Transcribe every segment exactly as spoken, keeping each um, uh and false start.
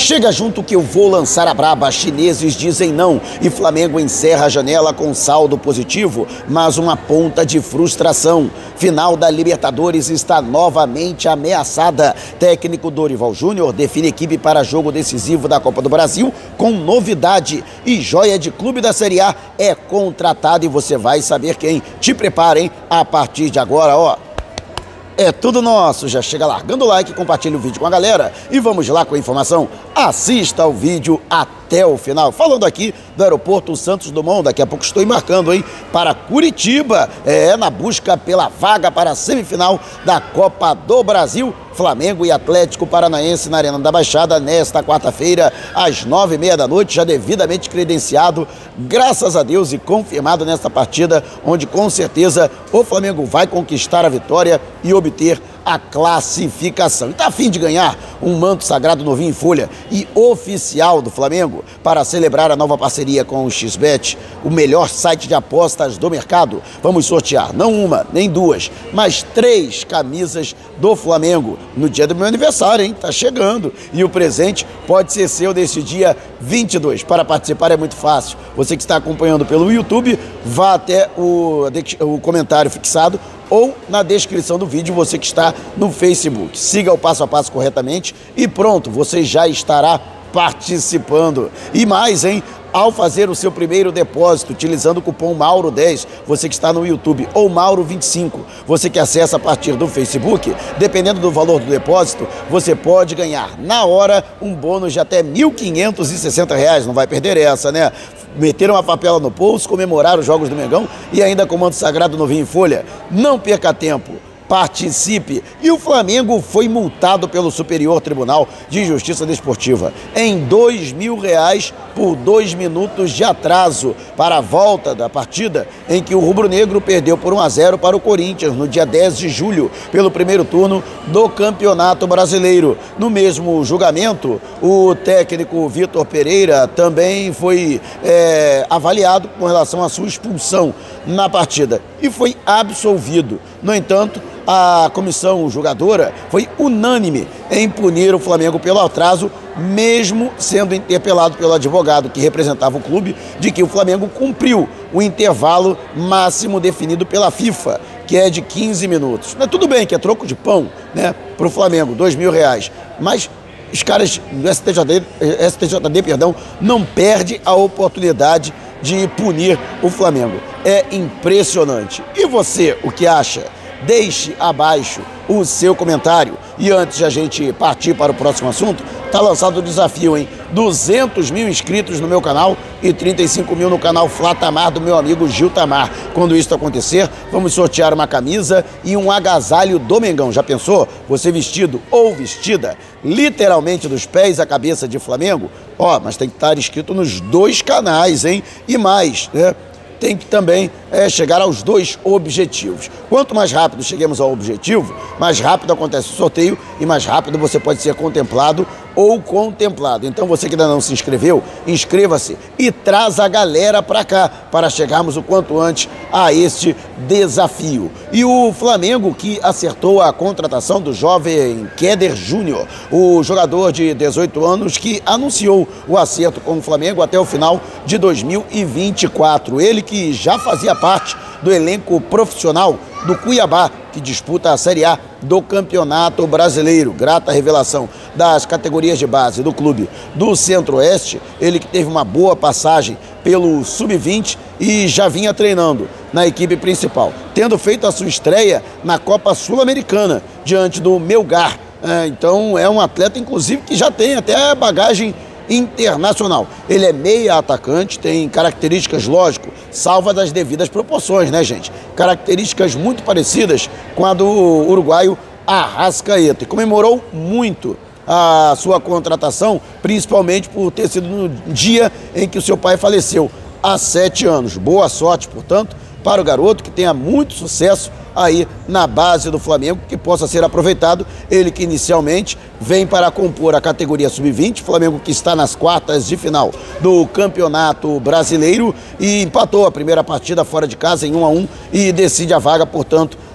Chega junto que eu vou lançar a braba, chineses dizem não e Flamengo encerra a janela com saldo positivo, mas uma ponta de frustração. Final da Libertadores está novamente ameaçada. Técnico Dorival Júnior define equipe para jogo decisivo da Copa do Brasil com novidade e joia de clube da Série A é contratado e você vai saber quem. Te preparem a partir de agora, ó. É tudo nosso, já chega largando o like, compartilha o vídeo com a galera e vamos lá com a informação. Assista o vídeo até o final. Falando aqui do aeroporto Santos Dumont, daqui a pouco estou embarcando, hein, para Curitiba, é, na busca pela vaga para a semifinal da Copa do Brasil. Flamengo e Atlético Paranaense na Arena da Baixada nesta quarta-feira, às nove e meia da noite, já devidamente credenciado, graças a Deus, e confirmado nesta partida, onde com certeza o Flamengo vai conquistar a vitória e obter a classificação. E tá a fim de ganhar um manto sagrado novinho em folha e oficial do Flamengo para celebrar a nova parceria com o X Bet, o melhor site de apostas do mercado. Vamos sortear não uma, nem duas, mas três camisas do Flamengo no dia do meu aniversário, hein? Tá chegando. E o presente pode ser seu nesse dia vinte e dois. Para participar é muito fácil. Você que está acompanhando pelo YouTube, vá até o, o comentário fixado ou na descrição do vídeo, você que está no Facebook. Siga o passo a passo corretamente e pronto, você já estará participando. E mais, hein? Ao fazer o seu primeiro depósito, utilizando o cupom Mauro dez, você que está no YouTube, ou Mauro vinte e cinco, você que acessa a partir do Facebook, dependendo do valor do depósito, você pode ganhar na hora um bônus de até mil quinhentos e sessenta reais, não vai perder essa, né? Meter uma papela no bolso, comemorar os Jogos do Mengão e ainda com o manto sagrado novinho em folha. Não perca tempo. Participe. E o Flamengo foi multado pelo Superior Tribunal de Justiça Desportiva em dois mil reais por dois minutos de atraso para a volta da partida em que o rubro-negro perdeu por um a zero para o Corinthians no dia dez de julho pelo primeiro turno do Campeonato Brasileiro. No mesmo julgamento, o técnico Vitor Pereira também foi é, avaliado com relação à sua expulsão na partida e foi absolvido. No entanto, a comissão julgadora foi unânime em punir o Flamengo pelo atraso, mesmo sendo interpelado pelo advogado que representava o clube de que o Flamengo cumpriu o intervalo máximo definido pela FIFA, que é de quinze minutos. Não é tudo bem que é troco de pão, né, para o Flamengo, dois mil reais, mas os caras do S T J D, S T J D, perdão, não perde a oportunidade de punir o Flamengo. É impressionante. E você, o que acha? Deixe abaixo o seu comentário. E antes de a gente partir para o próximo assunto, tá lançado o desafio, hein? duzentos mil inscritos no meu canal e trinta e cinco mil no canal Flatamar do meu amigo Gil Tamar. Quando isso acontecer, vamos sortear uma camisa e um agasalho do Mengão. Já pensou? Você vestido ou vestida, literalmente dos pés à cabeça de Flamengo? Ó, mas tem que estar inscrito nos dois canais, hein? E mais, né? Tem que também é, chegar aos dois objetivos. Quanto mais rápido cheguemos ao objetivo, mais rápido acontece o sorteio e mais rápido você pode ser contemplado ou contemplado. Então você que ainda não se inscreveu, inscreva-se e traz a galera para cá, para chegarmos o quanto antes a este desafio. E o Flamengo que acertou a contratação do jovem Keder Júnior, o jogador de dezoito anos que anunciou o acerto com o Flamengo até o final de dois mil e vinte e quatro. Ele que já fazia parte do elenco profissional do Cuiabá, que disputa a Série A do Campeonato Brasileiro. Grata revelação das categorias de base do clube do Centro-Oeste, ele que teve uma boa passagem pelo sub vinte e já vinha treinando na equipe principal, tendo feito a sua estreia na Copa Sul-Americana, diante do Melgar. É, então é um atleta, inclusive, que já tem até bagagem internacional. Ele é meia atacante, tem características, lógico, salva das devidas proporções, né, gente? Características muito parecidas com a do uruguaio Arrascaeta. E comemorou muito a sua contratação, principalmente por ter sido no dia em que o seu pai faleceu, há sete anos. Boa sorte, portanto, para o garoto, que tenha muito sucesso aí na base do Flamengo, que possa ser aproveitado. Ele que inicialmente vem para compor a categoria sub vinte, Flamengo que está nas quartas de final do Campeonato Brasileiro e empatou a primeira partida fora de casa em um a um e decide a vaga, portanto,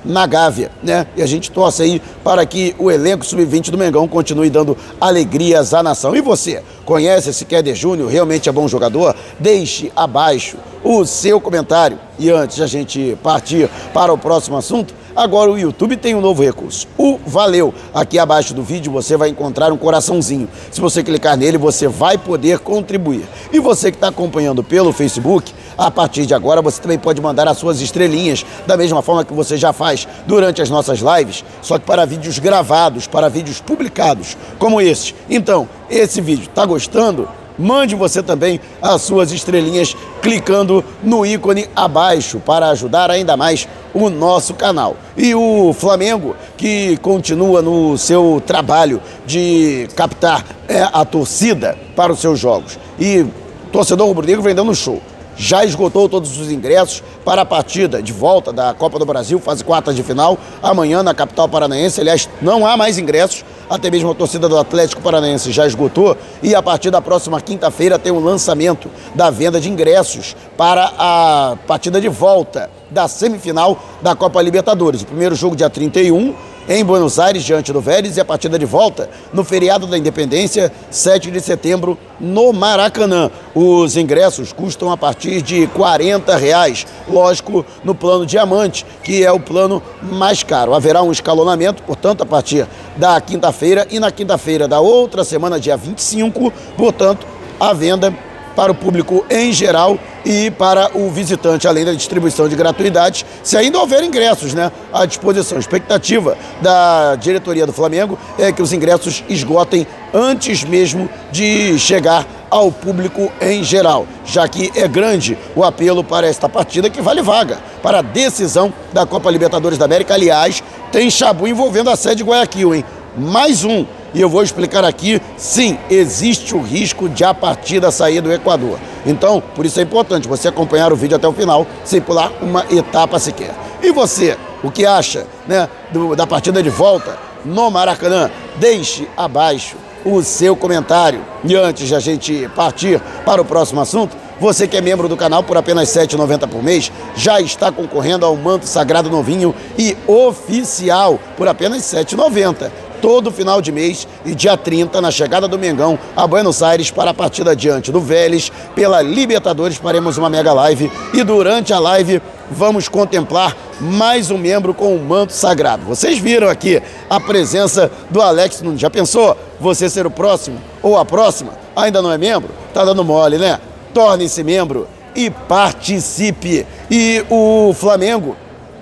na Gávea, né? E a gente torce aí para que o elenco sub vinte do Mengão continue dando alegrias à nação. E você, conhece esse Kéder Júnior? Realmente é bom jogador? Deixe abaixo o seu comentário. E antes de a gente partir para o próximo assunto, agora o YouTube tem um novo recurso, o Valeu. Aqui abaixo do vídeo você vai encontrar um coraçãozinho. Se você clicar nele, você vai poder contribuir. E você que está acompanhando pelo Facebook, a partir de agora você também pode mandar as suas estrelinhas, da mesma forma que você já faz durante as nossas lives, só que para vídeos gravados, para vídeos publicados, como este. Então, esse vídeo está gostando? Mande você também as suas estrelinhas clicando no ícone abaixo para ajudar ainda mais o nosso canal. E o Flamengo, que continua no seu trabalho de captar é, a torcida para os seus jogos. E o torcedor rubro-negro vem dando show. Já esgotou todos os ingressos para a partida de volta da Copa do Brasil, fase quartas de final, amanhã na capital paranaense. Aliás, não há mais ingressos, até mesmo a torcida do Atlético Paranaense já esgotou. E a partir da próxima quinta-feira tem o lançamento da venda de ingressos para a partida de volta da semifinal da Copa Libertadores. O primeiro jogo dia trinta e um, em Buenos Aires, diante do Vélez, e a partida de volta no feriado da Independência, sete de setembro, no Maracanã. Os ingressos custam a partir de quarenta reais, lógico, no plano diamante, que é o plano mais caro. Haverá um escalonamento, portanto, a partir da quinta-feira, e na quinta-feira da outra semana, dia vinte e cinco, portanto, a venda para o público em geral e para o visitante, além da distribuição de gratuidades, se ainda houver ingressos, né, à disposição. A expectativa da diretoria do Flamengo é que os ingressos esgotem antes mesmo de chegar ao público em geral, já que é grande o apelo para esta partida, que vale vaga para a decisão da Copa Libertadores da América. Aliás, tem chabu envolvendo a sede de Guayaquil, hein? Mais um. E eu vou explicar aqui, sim, existe o risco de a partida sair do Equador. Então, por isso é importante você acompanhar o vídeo até o final, sem pular uma etapa sequer. E você, o que acha, né, do, da partida de volta no Maracanã? Deixe abaixo o seu comentário. E antes de a gente partir para o próximo assunto, você que é membro do canal por apenas sete reais e noventa centavos por mês, já está concorrendo ao manto sagrado novinho e oficial por apenas sete reais e noventa centavos. Todo final de mês e dia trinta, na chegada do Mengão a Buenos Aires para a partida diante do Vélez pela Libertadores, faremos uma mega live e durante a live vamos contemplar mais um membro com o manto sagrado. Vocês viram aqui a presença do Alex Nunes. Já pensou você ser o próximo ou a próxima? Ainda não é membro? Tá dando mole, né? Torne-se membro e participe. E o Flamengo,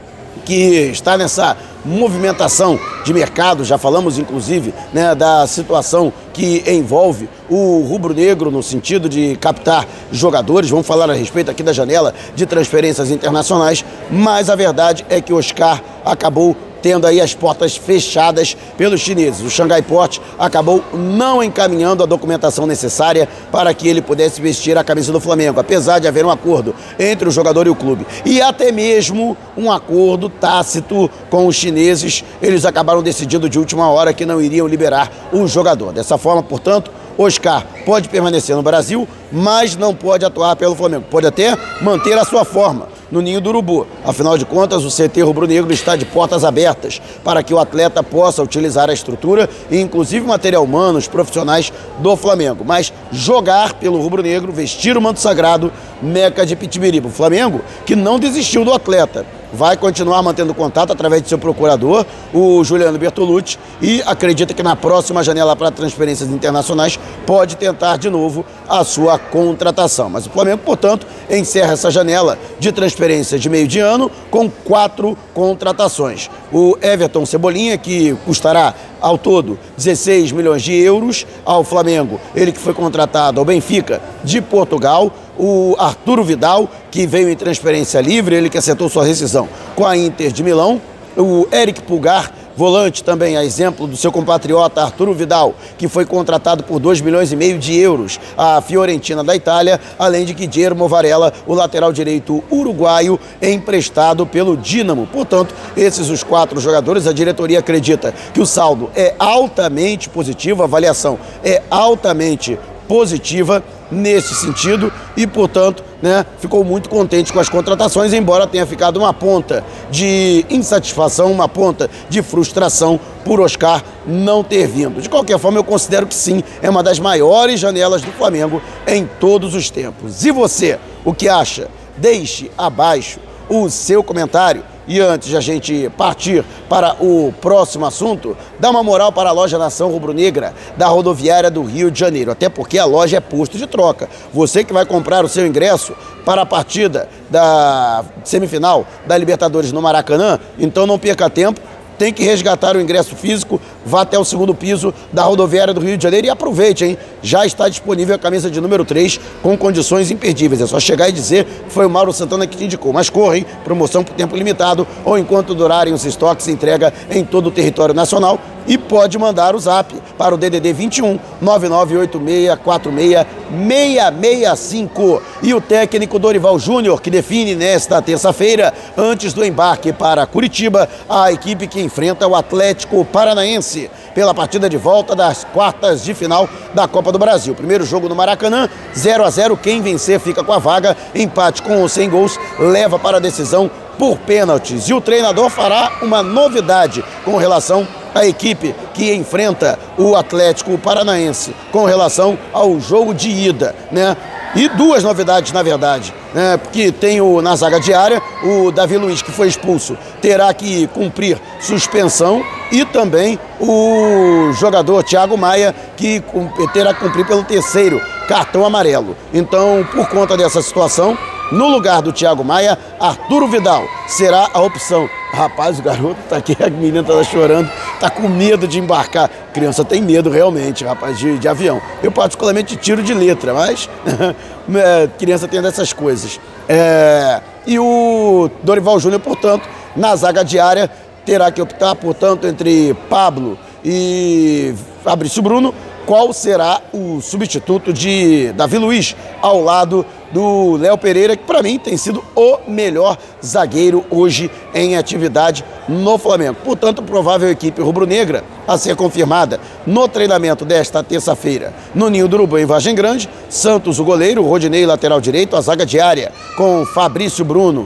que está nessa movimentação de mercado, já falamos inclusive, né, da situação que envolve o rubro-negro no sentido de captar jogadores. Vamos falar a respeito aqui da janela de transferências internacionais, mas a verdade é que o Oscar acabou tendo aí as portas fechadas pelos chineses. O Xangai Port acabou não encaminhando a documentação necessária para que ele pudesse vestir a camisa do Flamengo, apesar de haver um acordo entre o jogador e o clube. E até mesmo um acordo tácito com os chineses, eles acabaram decidindo de última hora que não iriam liberar o jogador. Dessa forma, portanto, Oscar pode permanecer no Brasil, mas não pode atuar pelo Flamengo. Pode até manter a sua forma no Ninho do Urubu. Afinal de contas, o C T rubro-negro está de portas abertas para que o atleta possa utilizar a estrutura e inclusive material humano, os profissionais do Flamengo. Mas jogar pelo rubro-negro, vestir o manto sagrado, Meca de Pitibiriba. O Flamengo, que não desistiu do atleta, vai continuar mantendo contato através de seu procurador, o Juliano Bertolucci, e acredita que na próxima janela para transferências internacionais pode tentar de novo a sua contratação. Mas o Flamengo, portanto, encerra essa janela de transferências de meio de ano com quatro contratações. O Everton Cebolinha, que custará ao todo dezesseis milhões de euros ao Flamengo, ele que foi contratado ao Benfica de Portugal. O Arturo Vidal, que veio em transferência livre, ele que acertou sua rescisão com a Inter de Milão. O Eric Pulgar, volante também, a exemplo do seu compatriota Arturo Vidal, que foi contratado por dois milhões e meio de euros à Fiorentina da Itália, além de Guillermo Varela, o lateral direito uruguaio, emprestado pelo Dínamo. Portanto, esses os quatro jogadores, a diretoria acredita que o saldo é altamente positivo, a avaliação é altamente positiva nesse sentido e, portanto, né, ficou muito contente com as contratações, embora tenha ficado uma ponta de insatisfação, uma ponta de frustração por Oscar não ter vindo. De qualquer forma, eu considero que sim, é uma das maiores janelas do Flamengo em todos os tempos. E você, o que acha? Deixe abaixo o seu comentário. E antes de a gente partir para o próximo assunto, dá uma moral para a loja Nação Rubro-Negra da rodoviária do Rio de Janeiro, até porque a loja é posto de troca. Você que vai comprar o seu ingresso para a partida da semifinal da Libertadores no Maracanã, então não perca tempo. Tem que resgatar o ingresso físico, vá até o segundo piso da rodoviária do Rio de Janeiro e aproveite, hein? Já está disponível a camisa de número três com condições imperdíveis. É só chegar e dizer que foi o Mauro Santana que te indicou. Mas corra, hein? Promoção por tempo limitado ou enquanto durarem os estoques, entrega em todo o território nacional. E pode mandar o zap para o D D D vinte e um, nove nove oito seis quatro seis, seis seis cinco. E o técnico Dorival Júnior, que define nesta terça-feira, antes do embarque para Curitiba, a equipe que enfrenta o Atlético Paranaense pela partida de volta das quartas de final da Copa do Brasil. Primeiro jogo no Maracanã, zero a zero. Quem vencer fica com a vaga. Empate com ou sem gols leva para a decisão por pênaltis. E o treinador fará uma novidade com relação à equipe que enfrenta o Atlético Paranaense, com relação ao jogo de ida, né? E duas novidades, na verdade, né? Porque tem o, na zaga diária, o Davi Luiz, que foi expulso, terá que cumprir suspensão, e também o jogador Thiago Maia, que terá que cumprir pelo terceiro cartão amarelo. Então, por conta dessa situação, no lugar do Thiago Maia, Arturo Vidal será a opção. Rapaz, o garoto tá aqui, a menina tá chorando, tá com medo de embarcar. Criança tem medo realmente, rapaz, de, de avião. Eu particularmente tiro de letra, mas é, criança tem dessas coisas. É, e o Dorival Júnior, portanto, na zaga diária, terá que optar, portanto, entre Pablo e Fabrício Bruno. Qual será o substituto de Davi Luiz ao lado do Léo Pereira, que para mim tem sido o melhor zagueiro hoje em atividade no Flamengo. Portanto, provável equipe rubro-negra a ser confirmada no treinamento desta terça-feira no Ninho do Urubu, em Vargem Grande. Santos, o goleiro, Rodinei, lateral direito, a zaga diária com Fabrício Bruno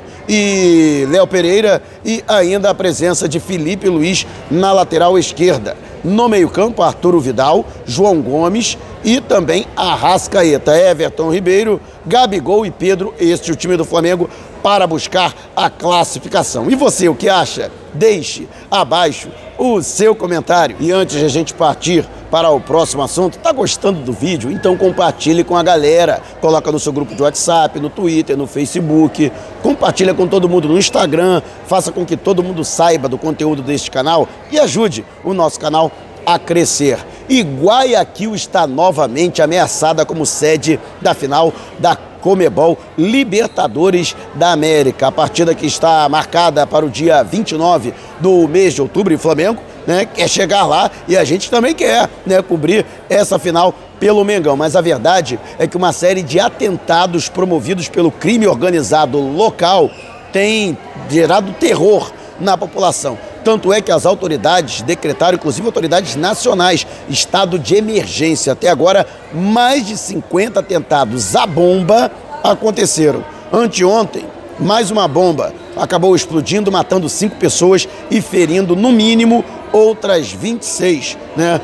e Léo Pereira, e ainda a presença de Felipe Luiz na lateral esquerda. No meio-campo, Arturo Vidal, João Gomes e também Arrascaeta, Everton Ribeiro, Gabigol e Pedro. Este é o time do Flamengo para buscar a classificação. E você, o que acha? Deixe abaixo o seu comentário. E antes de a gente partir para o próximo assunto, tá gostando do vídeo? Então compartilhe com a galera. Coloca no seu grupo de WhatsApp, no Twitter, no Facebook. Compartilha com todo mundo no Instagram. Faça com que todo mundo saiba do conteúdo deste canal e ajude o nosso canal a crescer. E Guayaquil está novamente ameaçada como sede da final da Comebol Libertadores da América. A partida que está marcada para o dia vinte e nove do mês de outubro, e Flamengo, né, quer chegar lá, e a gente também quer, né, cobrir essa final pelo Mengão. Mas a verdade é que uma série de atentados promovidos pelo crime organizado local tem gerado terror na população. Tanto é que as autoridades decretaram, inclusive autoridades nacionais, estado de emergência. Até agora, mais de cinquenta atentados à bomba aconteceram. Anteontem, mais uma bomba acabou explodindo, matando cinco pessoas e ferindo, no mínimo, outras vinte e seis, né?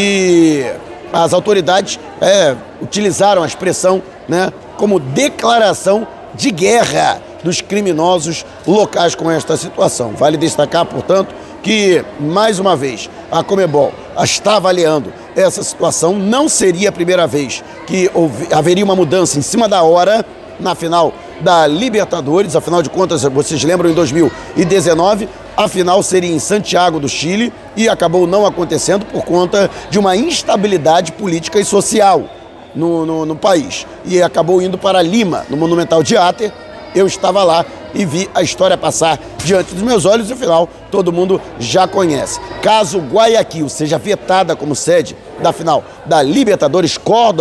E as autoridades é, utilizaram a expressão, né, como declaração de guerra dos criminosos locais com esta situação. Vale destacar, portanto, que, mais uma vez, a Comebol está avaliando essa situação. Não seria a primeira vez que houve, haveria uma mudança em cima da hora na final da Libertadores. Afinal de contas, vocês lembram, em dois mil e dezenove, a final seria em Santiago do Chile e acabou não acontecendo por conta de uma instabilidade política e social no, no, no país. E acabou indo para Lima, no Monumental Theater. Eu estava lá e vi a história passar diante dos meus olhos e, afinal, todo mundo já conhece. Caso Guayaquil seja vetada como sede da final da Libertadores, Córdoba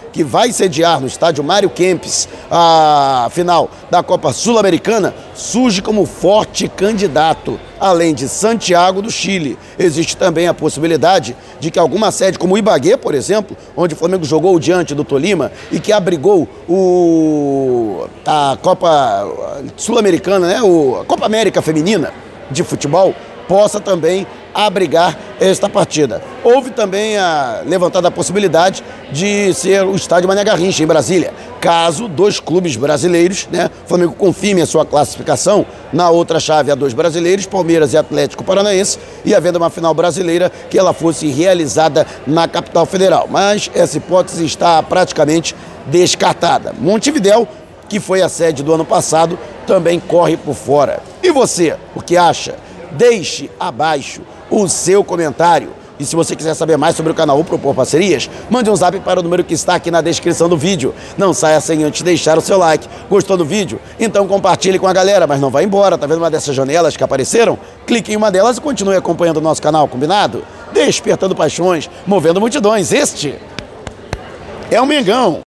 que vai sediar no estádio Mário Kempes a final da Copa Sul-Americana, surge como forte candidato. Além de Santiago do Chile, existe também a possibilidade de que alguma sede, como o Ibagué, por exemplo, onde o Flamengo jogou diante do Tolima e que abrigou o, a Copa Sul-Americana, né, o, a Copa América Feminina de futebol, possa também abrigar esta partida. Houve também a levantada a possibilidade de ser o estádio Mané Garrincha, em Brasília, caso dois clubes brasileiros, né, o Flamengo confirme a sua classificação na outra chave a dois brasileiros, Palmeiras e Atlético Paranaense, e havendo uma final brasileira que ela fosse realizada na capital federal. Mas essa hipótese está praticamente descartada. Montevidéu, que foi a sede do ano passado, também corre por fora. E você, o que acha? Deixe abaixo o seu comentário. E se você quiser saber mais sobre o canal ou propor parcerias, mande um zap para o número que está aqui na descrição do vídeo. Não saia sem antes deixar o seu like. Gostou do vídeo? Então compartilhe com a galera, mas não vá embora. Tá vendo uma dessas janelas que apareceram? Clique em uma delas e continue acompanhando o nosso canal, combinado? Despertando paixões, movendo multidões. Este é o Mengão.